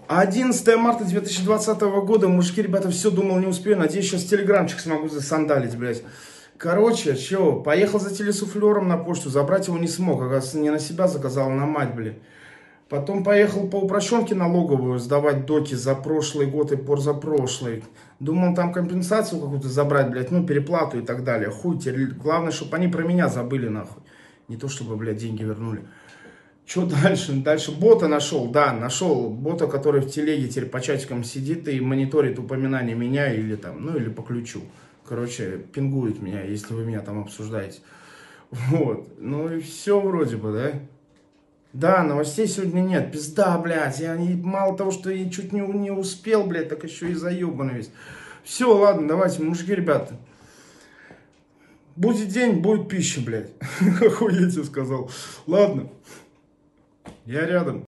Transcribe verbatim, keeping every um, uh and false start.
одиннадцатое марта две тысячи двадцатого года, мужики, ребята, все, думал, не успею, надеюсь, сейчас телеграмчик смогу засандалить, блядь. Короче, чё, поехал за телесуфлером на почту, забрать его не смог, оказывается, не на себя заказал, а на мать, блядь. Потом поехал по упрощенке налоговую сдавать доки за прошлый год и позапрошлый. Думал там компенсацию какую-то забрать, блядь, ну, переплату и так далее. Хуй тебе, главное, чтобы они про меня забыли, нахуй. Не то, чтобы, блядь, деньги вернули. Что дальше? Дальше бота нашел, да, нашел бота, который в телеге теперь по чатикам сидит и мониторит упоминания меня или там, ну, или по ключу. Короче, пингует меня, если вы меня там обсуждаете. Вот, ну и все вроде бы, да? Да, новостей сегодня нет. Пизда, блядь. Я не, мало того, что я чуть не, не успел, блядь, так еще и заебанный весь. Все, ладно, давайте, мужики, ребята. Будет день, будет пища, блядь. Охуеть, я сказал. Ладно, я рядом.